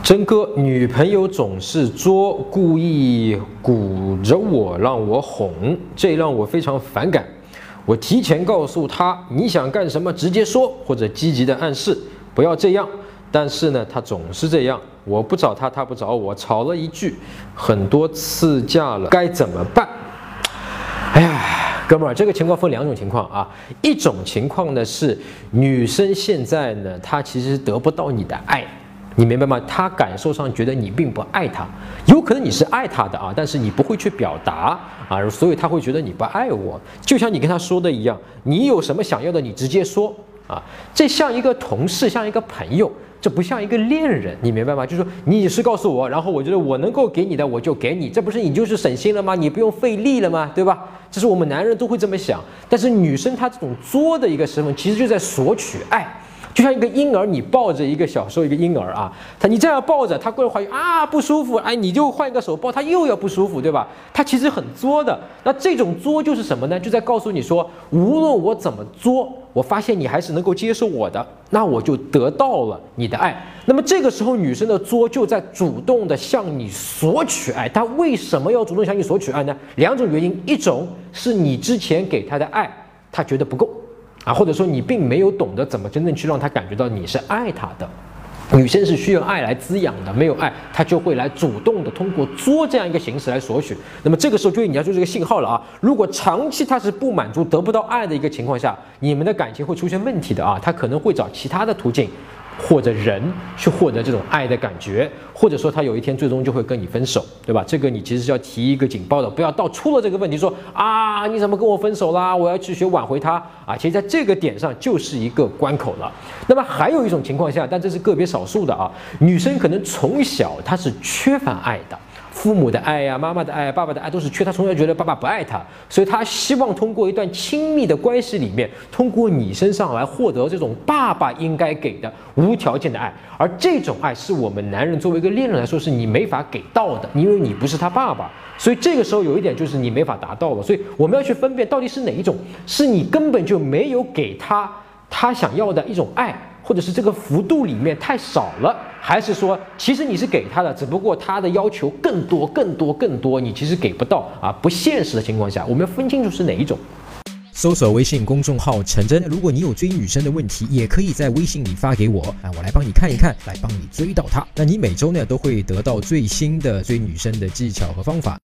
真哥，女朋友总是作，故意鼓着我，让我哄，这让我非常反感。我提前告诉她，你想干什么直接说，或者积极的暗示，不要这样。但是呢，她总是这样，我不找她，她不找我，吵了一句，很多次架了，该怎么办？哎呀，哥们儿，这个情况分两种情况啊。一种情况呢是女生现在呢，她其实得不到你的爱。你明白吗？他感受上觉得你并不爱他，有可能你是爱他的啊，但是你不会去表达啊，所以他会觉得你不爱我。就像你跟他说的一样，你有什么想要的，你直接说啊。这像一个同事，像一个朋友，这不像一个恋人，你明白吗？就是说你是告诉我，然后我觉得我能够给你的我就给你，这不是你就是省心了吗？你不用费力了吗？对吧？这是我们男人都会这么想，但是女生她这种作的一个身份，其实就在索取爱。就像一个婴儿，你抱着一个小时候一个婴儿啊，你这样抱着，他过了会啊不舒服，哎，你就换一个手抱，他又要不舒服，对吧？他其实很作的。那这种作就是什么呢？就在告诉你说，无论我怎么作，我发现你还是能够接受我的，那我就得到了你的爱。那么这个时候，女生的作就在主动的向你索取爱。她为什么要主动向你索取爱呢？两种原因，一种是你之前给她的爱，她觉得不够。啊，或者说你并没有懂得怎么真正去让他感觉到你是爱他的。女生是需要爱来滋养的，没有爱，她就会来主动的通过作这样一个形式来索取。那么这个时候就你要做这个信号了啊！如果长期她是不满足、得不到爱的一个情况下，你们的感情会出现问题的啊！她可能会找其他的途径或者人去获得这种爱的感觉，或者说他有一天最终就会跟你分手，对吧？这个你其实是要提一个警报的，不要到出了这个问题说啊你怎么跟我分手啦？我要去学挽回他啊！其实在这个点上就是一个关口了。那么还有一种情况下，但这是个别少数的啊，女生可能从小她是缺乏爱的。父母的爱呀、妈妈的爱、爸爸的爱都是缺，他从小觉得爸爸不爱他，所以他希望通过一段亲密的关系里面，通过你身上来获得这种爸爸应该给的无条件的爱，而这种爱是我们男人作为一个恋人来说是你没法给到的，因为你不是他爸爸，所以这个时候有一点就是你没法达到了，所以我们要去分辨到底是哪一种，是你根本就没有给他想要的一种爱。或者是这个幅度里面太少了，还是说其实你是给他的，只不过他的要求更多，你其实给不到啊，不现实的情况下，我们要分清楚是哪一种。 搜索微信公众号陈真，如果你有追女生的问题，也可以在微信里发给我啊，我来帮你看一看，来帮你追到她。那你每周呢都会得到最新的追女生的技巧和方法。